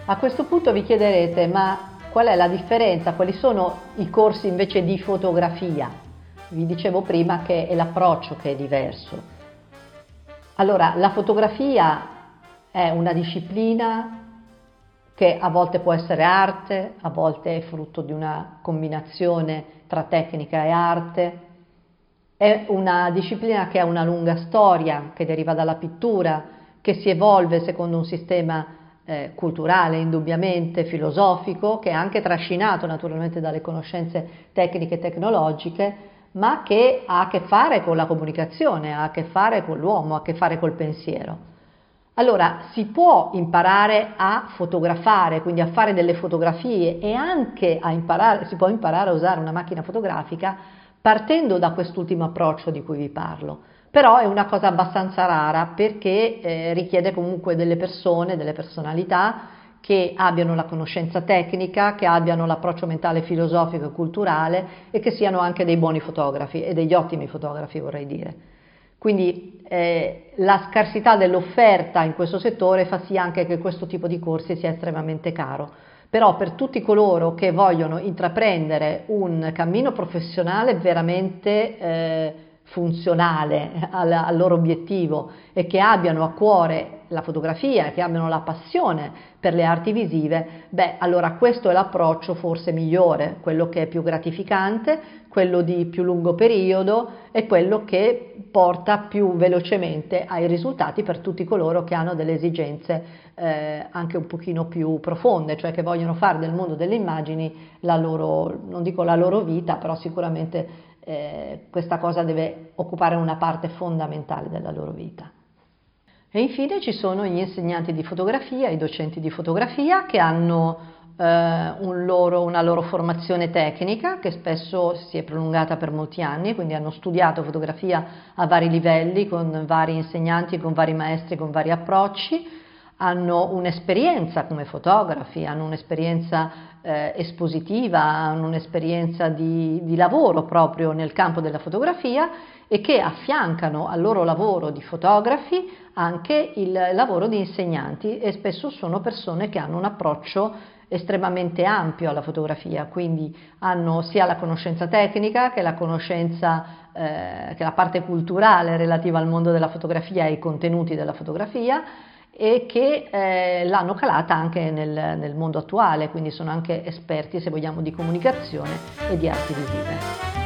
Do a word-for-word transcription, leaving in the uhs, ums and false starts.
A questo punto vi chiederete, ma qual è la differenza? Quali sono i corsi invece di fotografia? Vi dicevo prima che è l'approccio che è diverso. Allora, la fotografia è una disciplina che a volte può essere arte, a volte è frutto di una combinazione tra tecnica e arte. È una disciplina che ha una lunga storia, che deriva dalla pittura, che si evolve secondo un sistema eh, culturale, indubbiamente filosofico, che è anche trascinato naturalmente dalle conoscenze tecniche e tecnologiche, ma che ha a che fare con la comunicazione, ha a che fare con l'uomo, ha a che fare col pensiero. Allora, si può imparare a fotografare, quindi a fare delle fotografie e anche a imparare, si può imparare a usare una macchina fotografica partendo da quest'ultimo approccio di cui vi parlo. Però è una cosa abbastanza rara perché eh, richiede comunque delle persone, delle personalità che abbiano la conoscenza tecnica, che abbiano l'approccio mentale, filosofico e culturale e che siano anche dei buoni fotografi e degli ottimi fotografi, vorrei dire. Quindi eh, la scarsità dell'offerta in questo settore fa sì anche che questo tipo di corsi sia estremamente caro. Però per tutti coloro che vogliono intraprendere un cammino professionale veramente eh, funzionale al, al loro obiettivo e che abbiano a cuore la fotografia, che abbiano la passione per le arti visive, beh, allora questo è l'approccio forse migliore, quello che è più gratificante, quello di più lungo periodo e quello che porta più velocemente ai risultati per tutti coloro che hanno delle esigenze eh, anche un pochino più profonde, cioè che vogliono fare del mondo delle immagini la loro, non dico la loro vita, però sicuramente eh, questa cosa deve occupare una parte fondamentale della loro vita. E infine ci sono gli insegnanti di fotografia, i docenti di fotografia che hanno eh, un loro, una loro formazione tecnica che spesso si è prolungata per molti anni, quindi hanno studiato fotografia a vari livelli, con vari insegnanti, con vari maestri, con vari approcci, hanno un'esperienza come fotografi, hanno un'esperienza eh, espositiva, hanno un'esperienza di, di lavoro proprio nel campo della fotografia e che affiancano al loro lavoro di fotografi anche il lavoro di insegnanti e spesso sono persone che hanno un approccio estremamente ampio alla fotografia, quindi hanno sia la conoscenza tecnica che la conoscenza, eh, che la parte culturale relativa al mondo della fotografia e ai contenuti della fotografia e che eh, l'hanno calata anche nel, nel mondo attuale, quindi sono anche esperti, se vogliamo, di comunicazione e di arti visive.